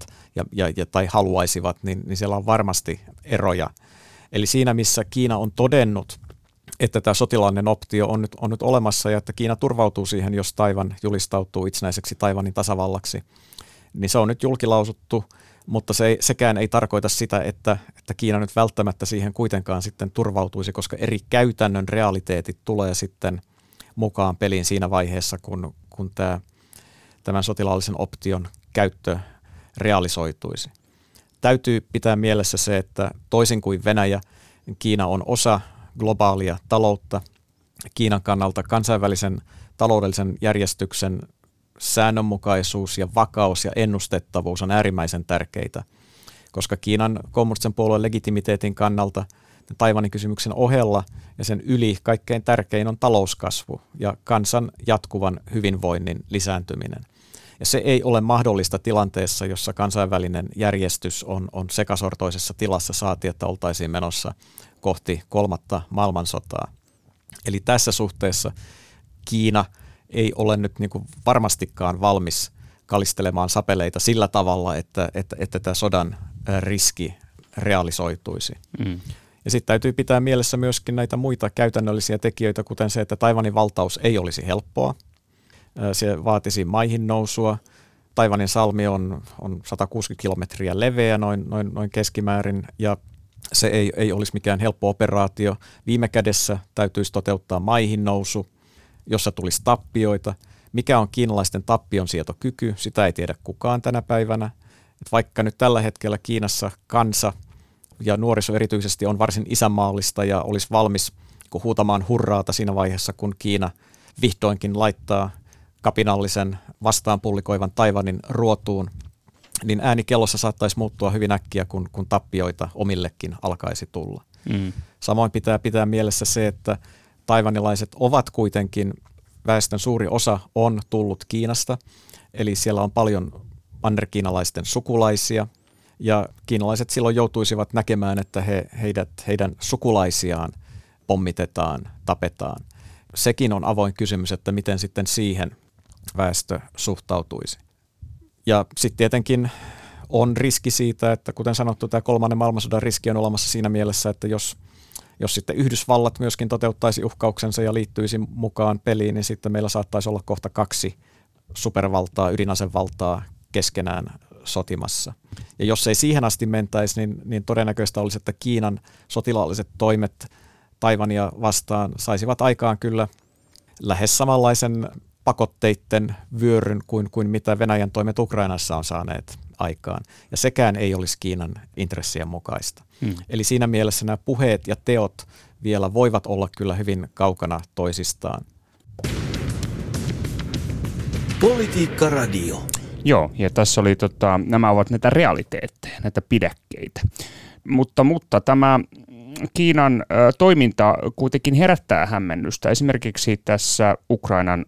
tai haluaisivat, niin siellä on varmasti eroja. Eli siinä, missä Kiina on todennut, että tämä sotilaallinen optio on nyt olemassa ja että Kiina turvautuu siihen, jos Taiwan julistautuu itsenäiseksi Taiwanin tasavallaksi, niin se on nyt julkilausuttu, mutta sekään ei tarkoita sitä, että Kiina nyt välttämättä siihen kuitenkaan sitten turvautuisi, koska eri käytännön realiteetit tulee sitten mukaan peliin siinä vaiheessa, kun tämän sotilaallisen option käyttö realisoituisi. Täytyy pitää mielessä se, että toisin kuin Venäjä, Kiina on osa globaalia taloutta. Kiinan kannalta kansainvälisen taloudellisen järjestyksen säännönmukaisuus ja vakaus ja ennustettavuus on äärimmäisen tärkeitä, koska Kiinan kommunistisen puolueen legitimiteetin kannalta Taiwanin kysymyksen ohella ja sen yli kaikkein tärkein on talouskasvu ja kansan jatkuvan hyvinvoinnin lisääntyminen. Ja se ei ole mahdollista tilanteessa, jossa kansainvälinen järjestys on sekasortoisessa tilassa, saati, että oltaisiin menossa kohti 3. maailmansotaa. Eli tässä suhteessa Kiina ei ole nyt niin kuin varmastikaan valmis kalistelemaan sapeleita sillä tavalla, että tämä sodan riski realisoituisi. Ja sitten täytyy pitää mielessä myöskin näitä muita käytännöllisiä tekijöitä, kuten se, että Taiwanin valtaus ei olisi helppoa. Se vaatisi maihin nousua. Taiwanin salmi on 160 kilometriä leveä noin keskimäärin, ja se ei olisi mikään helppo operaatio. Viime kädessä täytyisi toteuttaa maihin nousu, jossa tulisi tappioita. Mikä on kiinalaisten tappionsietokyky, sitä ei tiedä kukaan tänä päivänä. Et vaikka nyt tällä hetkellä Kiinassa kansa ja nuoriso erityisesti on varsin isänmaallista ja olisi valmis huutamaan hurraata siinä vaiheessa, kun Kiina vihdoinkin laittaa kapinallisen vastaanpullikoivan Taiwanin ruotuun, niin ääni kellossa saattaisi muuttua hyvin äkkiä, kun tappioita omillekin alkaisi tulla. Samoin pitää mielessä se, että taiwanilaiset ovat kuitenkin, väestön suuri osa on tullut Kiinasta, eli siellä on paljon mannerkiinalaisten sukulaisia, ja kiinalaiset silloin joutuisivat näkemään, että heidän sukulaisiaan pommitetaan, tapetaan. Sekin on avoin kysymys, että miten sitten siihen väestö suhtautuisi. Ja sitten tietenkin on riski siitä, että kuten sanottu, tämä 3. maailmansodan riski on olemassa siinä mielessä, että jos sitten Yhdysvallat myöskin toteuttaisi uhkauksensa ja liittyisi mukaan peliin, niin sitten meillä saattaisi olla kohta 2 supervaltaa, ydinasevaltaa keskenään sotimassa. Ja jos ei siihen asti mentäisi, niin todennäköistä olisi, että Kiinan sotilaalliset toimet Taiwania vastaan saisivat aikaan kyllä lähes samanlaisen pakotteiden vyöryn kuin mitä Venäjän toimet Ukrainassa on saaneet aikaan. Ja sekään ei olisi Kiinan intressien mukaista. Eli siinä mielessä nämä puheet ja teot vielä voivat olla kyllä hyvin kaukana toisistaan. Politiikka Radio. Joo, ja tässä oli nämä ovat näitä realiteetteja, näitä pidäkkeitä. Mutta tämä Kiinan toiminta kuitenkin herättää hämmennystä. Esimerkiksi tässä Ukrainan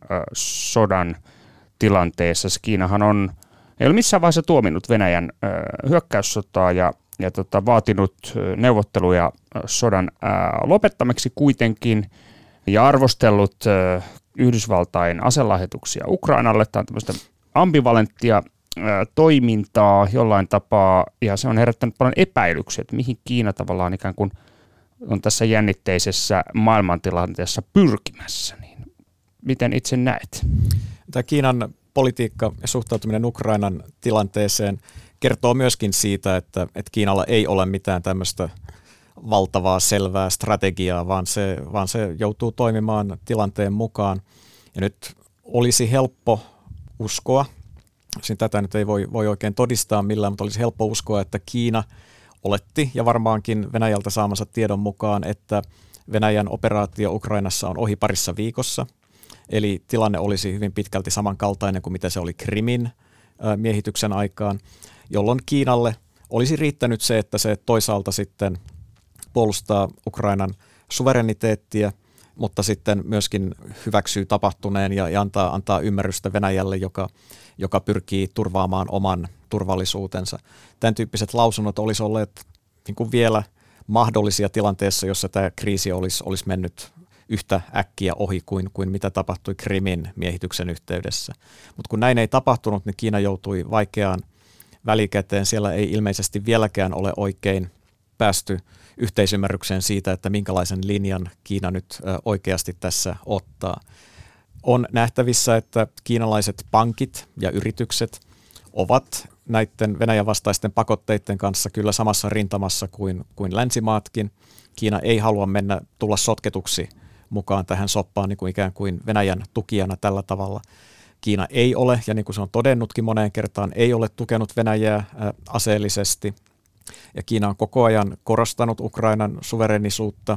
sodan tilanteessa Kiinahan ei ole missään vaiheessa tuominnut Venäjän hyökkäyssotaa ja vaatinut neuvotteluja sodan lopettamiseksi kuitenkin ja arvostellut Yhdysvaltain aselahjoituksia Ukrainalle. Tämä on tämmöistä ambivalenttia toimintaa jollain tapaa, ja se on herättänyt paljon epäilyksiä, että mihin Kiina tavallaan ikään kuin on tässä jännitteisessä maailmantilanteessa pyrkimässä. Niin miten itse näet? Tämä Kiinan politiikka ja suhtautuminen Ukrainan tilanteeseen kertoo myöskin siitä, että Kiinalla ei ole mitään tämmöistä valtavaa selvää strategiaa, vaan se joutuu toimimaan tilanteen mukaan. Ja nyt olisi helppo uskoa, tätä nyt ei voi oikein todistaa millään, mutta olisi helppo uskoa, että Kiina oletti ja varmaankin Venäjältä saamansa tiedon mukaan, että Venäjän operaatio Ukrainassa on ohi parissa viikossa. Eli tilanne olisi hyvin pitkälti samankaltainen kuin mitä se oli Krimin miehityksen aikaan, jolloin Kiinalle olisi riittänyt se, että se toisaalta sitten puolustaa Ukrainan suvereniteettia, mutta sitten myöskin hyväksyy tapahtuneen ja antaa ymmärrystä Venäjälle, joka pyrkii turvaamaan oman turvallisuutensa. Tämän tyyppiset lausunnot olisi olleet niin kuin vielä mahdollisia tilanteessa, jossa tämä kriisi olisi mennyt yhtä äkkiä ohi kuin mitä tapahtui Krimin miehityksen yhteydessä. Mutta kun näin ei tapahtunut, niin Kiina joutui vaikeaan välikäteen. Siellä ei ilmeisesti vieläkään ole oikein päästy yhteisymmärrykseen siitä, että minkälaisen linjan Kiina nyt oikeasti tässä ottaa. On nähtävissä, että kiinalaiset pankit ja yritykset ovat näiden Venäjän vastaisten pakotteiden kanssa kyllä samassa rintamassa kuin länsimaatkin. Kiina ei halua tulla sotketuksi mukaan tähän soppaan niin kuin ikään kuin Venäjän tukijana tällä tavalla. Kiina ei ole, ja niin kuin se on todennutkin moneen kertaan, ei ole tukenut Venäjää aseellisesti. Ja Kiina on koko ajan korostanut Ukrainan suverenisuutta.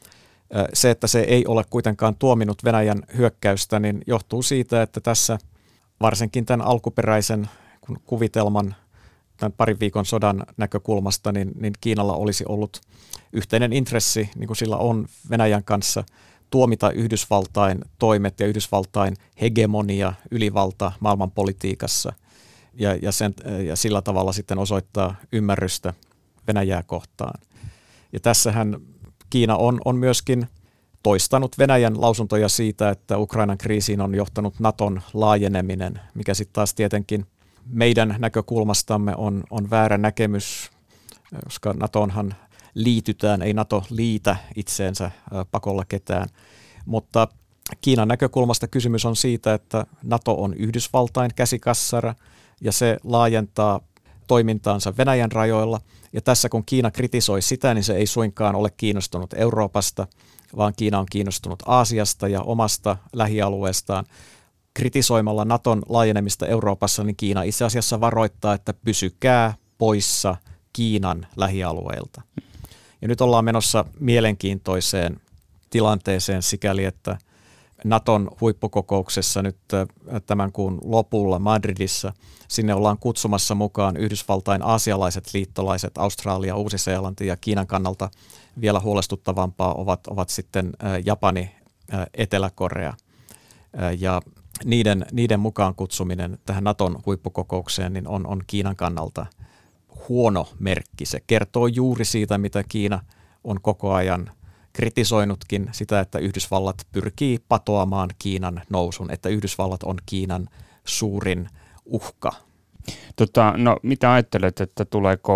Se, että se ei ole kuitenkaan tuominut Venäjän hyökkäystä, niin johtuu siitä, että tässä varsinkin tämän alkuperäisen kuvitelman, tämän parin viikon sodan näkökulmasta, niin Kiinalla olisi ollut yhteinen intressi, niin kuin sillä on Venäjän kanssa, tuomita Yhdysvaltain toimet ja Yhdysvaltain hegemonia, ylivalta maailmanpolitiikassa ja sillä tavalla sitten osoittaa ymmärrystä Venäjää kohtaan. Ja tässähän Kiina on myöskin toistanut Venäjän lausuntoja siitä, että Ukrainan kriisiin on johtanut Naton laajeneminen, mikä sitten taas tietenkin meidän näkökulmastamme on väärä näkemys, koska NATOonhan liitytään, ei NATO liitä itseensä pakolla ketään. Mutta Kiinan näkökulmasta kysymys on siitä, että NATO on Yhdysvaltain käsikassara ja se laajentaa toimintaansa Venäjän rajoilla. Ja tässä kun Kiina kritisoi sitä, niin se ei suinkaan ole kiinnostunut Euroopasta, vaan Kiina on kiinnostunut Aasiasta ja omasta lähialueestaan. Kritisoimalla Naton laajenemista Euroopassa, niin Kiina itse asiassa varoittaa, että pysykää poissa Kiinan lähialueilta. Ja nyt ollaan menossa mielenkiintoiseen tilanteeseen sikäli, että Naton huippukokouksessa nyt tämän kuun lopulla Madridissa sinne ollaan kutsumassa mukaan Yhdysvaltain aasialaiset liittolaiset, Australia, Uusi-Seelanti ja Kiinan kannalta vielä huolestuttavampaa ovat sitten Japani, Etelä-Korea ja niiden mukaan kutsuminen tähän Naton huippukokoukseen niin on Kiinan kannalta huono merkki. Se kertoo juuri siitä, mitä Kiina on koko ajan kritisoinutkin, sitä, että Yhdysvallat pyrkii patoamaan Kiinan nousun, että Yhdysvallat on Kiinan suurin uhka. No mitä ajattelet, että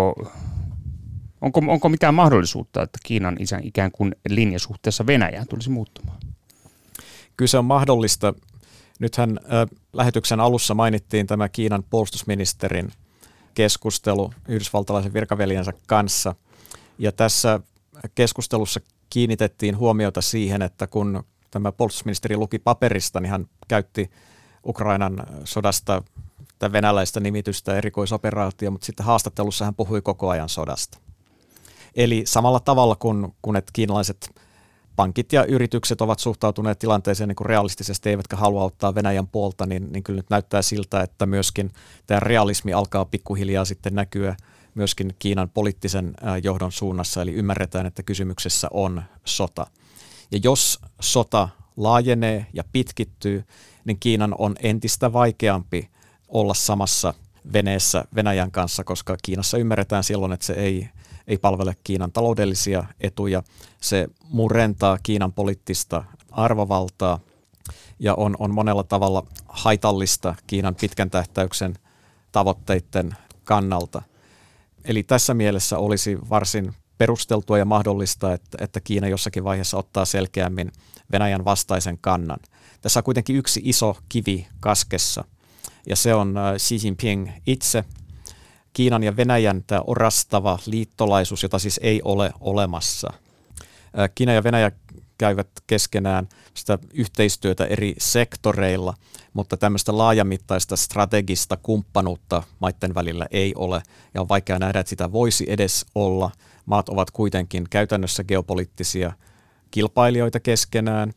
onko mitään mahdollisuutta, että Kiinan ikään kuin linja suhteessa Venäjään tulisi muuttumaan? Kyllä se on mahdollista. Nythän lähetyksen alussa mainittiin tämä Kiinan puolustusministerin keskustelu yhdysvaltalaisen virkaveljensä kanssa. Ja tässä keskustelussa kiinnitettiin huomiota siihen, että kun tämä puolustusministeri luki paperista, niin hän käytti Ukrainan sodasta tai venäläistä nimitystä erikoisoperaatio, mutta sitten haastattelussa hän puhui koko ajan sodasta. Eli samalla tavalla kun että kiinalaiset pankit ja yritykset ovat suhtautuneet tilanteeseen niin kuin realistisesti, eivätkä halua ottaa Venäjän puolta, niin kyllä nyt näyttää siltä, että myöskin tämä realismi alkaa pikkuhiljaa sitten näkyä myöskin Kiinan poliittisen johdon suunnassa, eli ymmärretään, että kysymyksessä on sota. Ja jos sota laajenee ja pitkittyy, niin Kiinan on entistä vaikeampi olla samassa veneessä Venäjän kanssa, koska Kiinassa ymmärretään silloin, että se ei palvele Kiinan taloudellisia etuja. Se murentaa Kiinan poliittista arvovaltaa ja on monella tavalla haitallista Kiinan pitkän tähtäyksen tavoitteiden kannalta. Eli tässä mielessä olisi varsin perusteltua ja mahdollista, että Kiina jossakin vaiheessa ottaa selkeämmin Venäjän vastaisen kannan. Tässä on kuitenkin yksi iso kivi kaskessa, ja se on Xi Jinping itse. Kiinan ja Venäjän tämä orastava liittolaisuus, jota siis ei ole olemassa. Kiina ja Venäjä käyvät keskenään sitä yhteistyötä eri sektoreilla, mutta tämmöistä laajamittaista strategista kumppanuutta maiden välillä ei ole, ja on vaikea nähdä, että sitä voisi edes olla. Maat ovat kuitenkin käytännössä geopoliittisia kilpailijoita keskenään,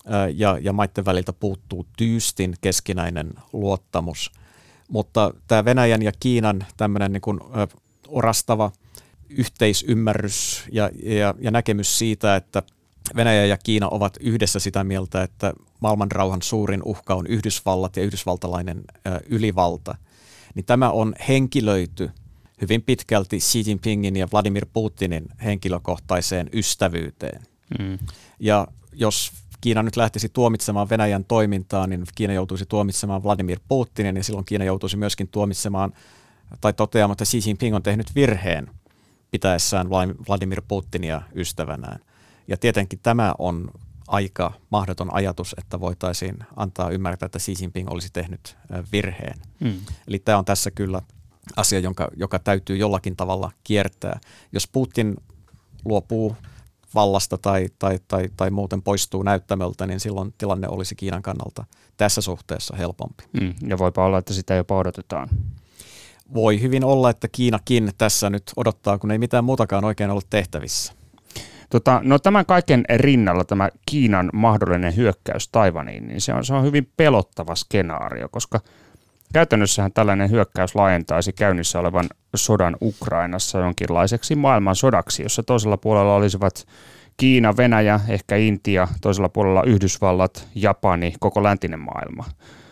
ja maiden väliltä puuttuu tyystin keskinäinen luottamus. Mutta tämä Venäjän ja Kiinan tämmöinen niin kuin orastava yhteisymmärrys ja näkemys siitä, että Venäjä ja Kiina ovat yhdessä sitä mieltä, että maailmanrauhan suurin uhka on Yhdysvallat ja yhdysvaltalainen ylivalta, niin tämä on henkilöity hyvin pitkälti Xi Jinpingin ja Vladimir Putinin henkilökohtaiseen ystävyyteen. Ja jos Kiina nyt lähtisi tuomitsemaan Venäjän toimintaa, niin Kiina joutuisi tuomitsemaan Vladimir Putinin, ja silloin Kiina joutuisi myöskin tuomitsemaan tai toteamaan, että Xi Jinping on tehnyt virheen pitäessään Vladimir Putinia ystävänään. Ja tietenkin tämä on aika mahdoton ajatus, että voitaisiin antaa ymmärtää, että Xi Jinping olisi tehnyt virheen. Eli tämä on tässä kyllä asia, joka täytyy jollakin tavalla kiertää. Jos Putin luopuu vallasta tai muuten poistuu näyttämöltä, niin silloin tilanne olisi Kiinan kannalta tässä suhteessa helpompi. Ja voipa olla, että sitä jopa odotetaan. Voi hyvin olla, että Kiinakin tässä nyt odottaa, kun ei mitään muutakaan oikein ollut tehtävissä. No tämän kaiken rinnalla tämä Kiinan mahdollinen hyökkäys Taiwaniin, niin se on hyvin pelottava skenaario, koska käytännössähän tällainen hyökkäys laajentaisi käynnissä olevan sodan Ukrainassa jonkinlaiseksi maailmansodaksi, jossa toisella puolella olisivat Kiina, Venäjä, ehkä Intia, toisella puolella Yhdysvallat, Japani, koko läntinen maailma.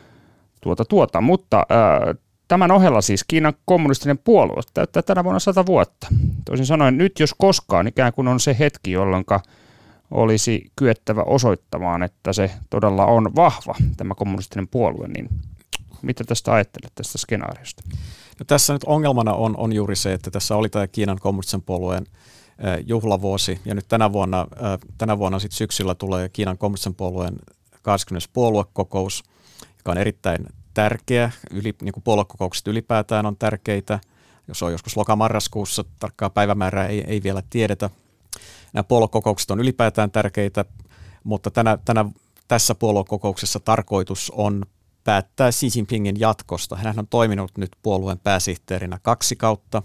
Mutta tämän ohella siis Kiinan kommunistinen puolue täyttää tänä vuonna 100 vuotta. Toisin sanoen nyt jos koskaan ikään kuin on se hetki, jolloin olisi kyettävä osoittamaan, että se todella on vahva, tämä kommunistinen puolue, niin mitä tästä ajattelet tästä skenaariosta? No tässä nyt ongelmana on juuri se, että tässä oli tämä Kiinan kommunistisen puolueen juhlavuosi, ja nyt tänä vuonna sit syksyllä tulee Kiinan kommunistisen puolueen 20. puoluekokous, joka on erittäin tärkeä. Niin kuin puoluekokoukset ylipäätään on tärkeitä. Jos on joskus lokamarraskuussa, tarkkaa päivämäärää ei vielä tiedetä. Nämä puoluekokoukset on ylipäätään tärkeitä, mutta tässä puoluekokouksessa tarkoitus on päättää Xi Jinpingin jatkosta. Hän on toiminut nyt puolueen pääsihteerinä 2 kautta,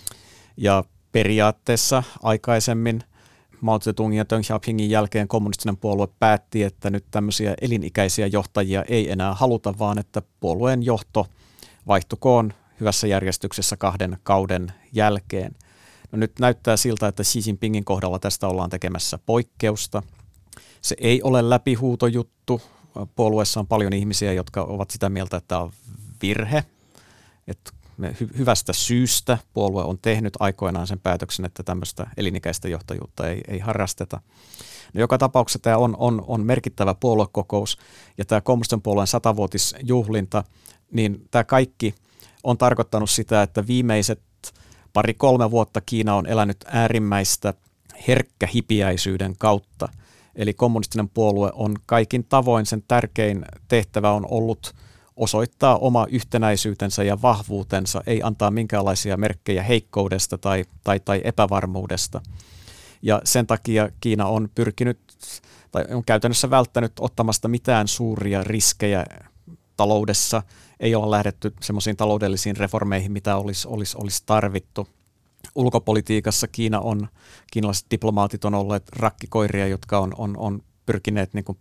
ja periaatteessa aikaisemmin Mao Zedongin ja Deng Xiaopingin jälkeen kommunistinen puolue päätti, että nyt tämmöisiä elinikäisiä johtajia ei enää haluta, vaan että puolueen johto vaihtukoon hyvässä järjestyksessä 2 kauden jälkeen. No nyt näyttää siltä, että Xi Jinpingin kohdalla tästä ollaan tekemässä poikkeusta. Se ei ole läpihuutojuttu. Puolueessa on paljon ihmisiä, jotka ovat sitä mieltä, että tämä on virhe. Että hyvästä syystä puolue on tehnyt aikoinaan sen päätöksen, että tämmöistä elinikäistä johtajuutta ei harrasteta. No, joka tapauksessa tämä on merkittävä puoluekokous, ja tämä kommunistisen puolueen 100-vuotisjuhlinta, niin tämä kaikki on tarkoittanut sitä, että viimeiset 2-3 vuotta Kiina on elänyt äärimmäistä herkkähipiäisyyden kautta. Eli kommunistinen puolue on kaikin tavoin, sen tärkein tehtävä on ollut osoittaa oma yhtenäisyytensä ja vahvuutensa, ei antaa minkäänlaisia merkkejä heikkoudesta tai epävarmuudesta. Ja sen takia Kiina on pyrkinyt tai on käytännössä välttänyt ottamasta mitään suuria riskejä taloudessa. Ei olla lähdetty semmoisiin taloudellisiin reformeihin, mitä olisi tarvittu. ulkopolitiikassa kiinalaiset diplomaatit on olleet rakkikoiria, jotka on pyrkineet niin kuin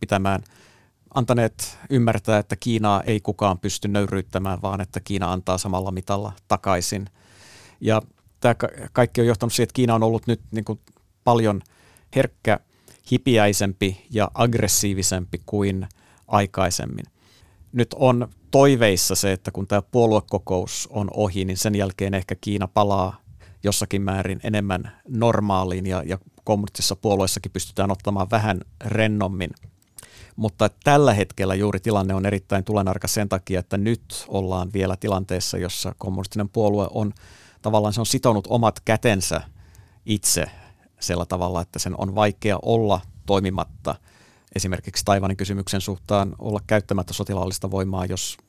antaneet ymmärtää, että Kiinaa ei kukaan pysty nöyryyttämään, vaan että Kiina antaa samalla mitalla takaisin. Ja tämä kaikki on johtanut siihen, että Kiina on ollut nyt niin kuin paljon herkkä, hipiäisempi ja aggressiivisempi kuin aikaisemmin. Nyt on toiveissa se, että kun tämä puoluekokous on ohi, niin sen jälkeen ehkä Kiina palaa jossakin määrin enemmän normaaliin ja kommunistisessa puolueessakin pystytään ottamaan vähän rennommin. Mutta tällä hetkellä juuri tilanne on erittäin tulenarka sen takia, että nyt ollaan vielä tilanteessa, jossa kommunistinen puolue on tavallaan se on sitonut omat kätensä itse sillä tavalla, että sen on vaikea olla toimimatta esimerkiksi Taiwanin kysymyksen suhtaan olla käyttämättä sotilaallista voimaa,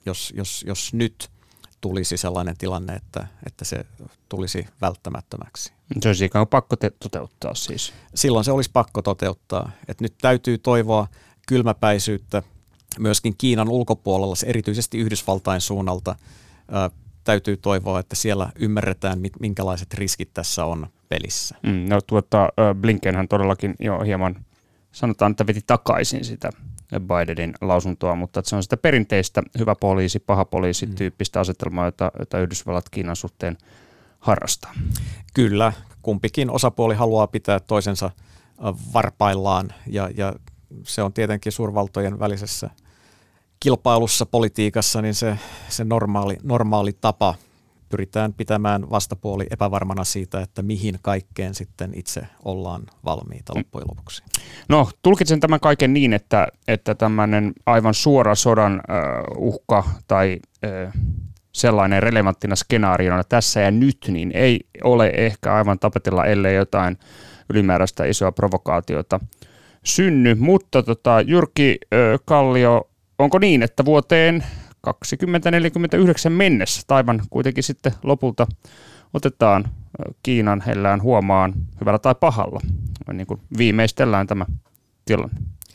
jos nyt tulisi sellainen tilanne, että se tulisi välttämättömäksi. Se olisi ikään kuin pakko toteuttaa siis. Silloin se olisi pakko toteuttaa. Et nyt täytyy toivoa kylmäpäisyyttä myöskin Kiinan ulkopuolella, erityisesti Yhdysvaltain suunnalta. Täytyy toivoa, että siellä ymmärretään, minkälaiset riskit tässä on pelissä. Blinkenhän todellakin jo hieman sanotaan, että veti takaisin sitä Bidenin lausuntoa, mutta se on sitä perinteistä hyvä poliisi, paha poliisi tyyppistä asetelmaa, jota Yhdysvallat Kiinan suhteen harrastaa. Kyllä, kumpikin osapuoli haluaa pitää toisensa varpaillaan ja se on tietenkin suurvaltojen välisessä kilpailussa politiikassa niin se normaali tapa. Pyritään pitämään vastapuoli epävarmana siitä, että mihin kaikkeen sitten itse ollaan valmiita loppujen lopuksi. No, tulkitsen tämän kaiken niin, että tämmöinen aivan suora sodan uhka tai sellainen relevanttina skenaariona tässä ja nyt, niin ei ole ehkä aivan tapetilla, ellei jotain ylimääräistä isoa provokaatiota synny. Mutta Jyrki Kallio, onko niin, että vuoteen 2049 mennessä Taiwan kuitenkin sitten lopulta otetaan Kiinan hellään huomaan hyvällä tai pahalla, niin kuin viimeistellään tämä tilanne?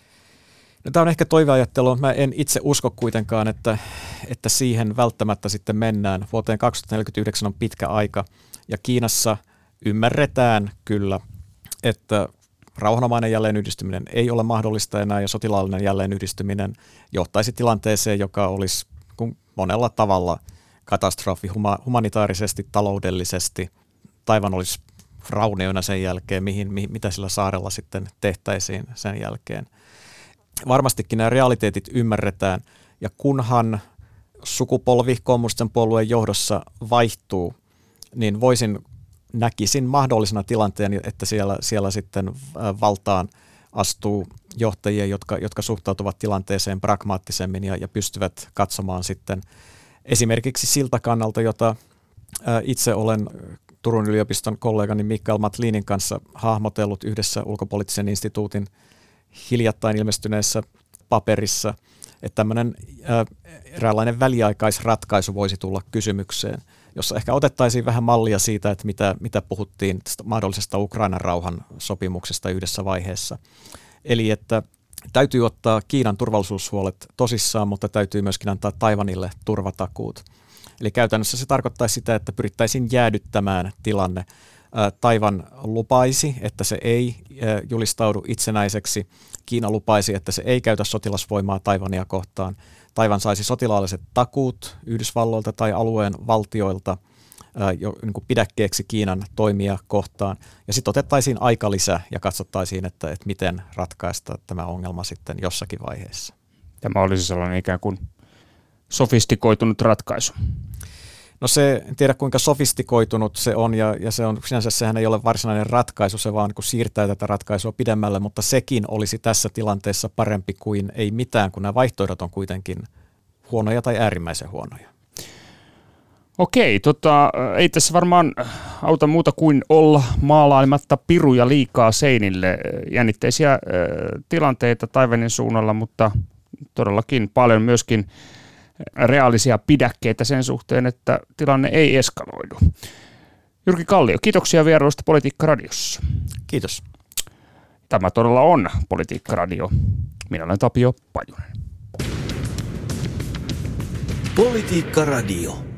No, tämä on ehkä toiveajattelua. Mä en itse usko kuitenkaan, että siihen välttämättä sitten mennään. Vuoteen 2049 on pitkä aika ja Kiinassa ymmärretään kyllä, että rauhanomainen jälleenyhdistyminen ei ole mahdollista enää ja sotilaallinen jälleenyhdistyminen johtaisi tilanteeseen, joka olisi monella tavalla katastrofi humanitaarisesti, taloudellisesti. Taiwan olisi raunioina sen jälkeen, mitä sillä saarella sitten tehtäisiin sen jälkeen. Varmastikin nämä realiteetit ymmärretään ja kunhan sukupolvi kommunistisen puolueen johdossa vaihtuu, niin näkisin mahdollisena tilanteen, että siellä sitten valtaan astuu johtajia, jotka suhtautuvat tilanteeseen pragmaattisemmin ja pystyvät katsomaan sitten esimerkiksi siltä kannalta, jota itse olen Turun yliopiston kollegani Mikael Matlinin kanssa hahmotellut yhdessä ulkopoliittisen instituutin hiljattain ilmestyneessä paperissa, että tämmöinen eräänlainen väliaikaisratkaisu voisi tulla kysymykseen, jossa ehkä otettaisiin vähän mallia siitä, että mitä puhuttiin tästä mahdollisesta Ukrainan rauhan sopimuksesta yhdessä vaiheessa. Eli että täytyy ottaa Kiinan turvallisuushuolet tosissaan, mutta täytyy myöskin antaa Taiwanille turvatakuut. Eli käytännössä se tarkoittaisi sitä, että pyrittäisiin jäädyttämään tilanne. Taiwan lupaisi, että se ei julistaudu itsenäiseksi. Kiina lupaisi, että se ei käytä sotilasvoimaa Taiwania kohtaan. Taiwan saisi sotilaalliset takuut Yhdysvalloilta tai alueen valtioilta niin kuin pidäkkeeksi Kiinan toimia kohtaan. Ja sitten otettaisiin aikalisä ja katsottaisiin, että miten ratkaista tämä ongelma sitten jossakin vaiheessa. Tämä olisi sellainen ikään kuin sofistikoitunut ratkaisu. No en tiedä kuinka sofistikoitunut se on ja se on, sinänsä sehän ei ole varsinainen ratkaisu, se vaan kun siirtää tätä ratkaisua pidemmälle, mutta sekin olisi tässä tilanteessa parempi kuin ei mitään, kun nämä vaihtoehdot on kuitenkin huonoja tai äärimmäisen huonoja. Okei, ei tässä varmaan auta muuta kuin olla maalailematta piruja liikaa seinille. Jännitteisiä tilanteita Taiwanin suunnalla, mutta todellakin paljon myöskin reaalisia pidäkkeitä sen suhteen, että tilanne ei eskaloidu. Jyrki Kallio, kiitoksia vierailusta Politiikka Radiossa. Kiitos. Tämä todella on Politiikka Radio. Minä olen Tapio Pajunen. Politiikka Radio.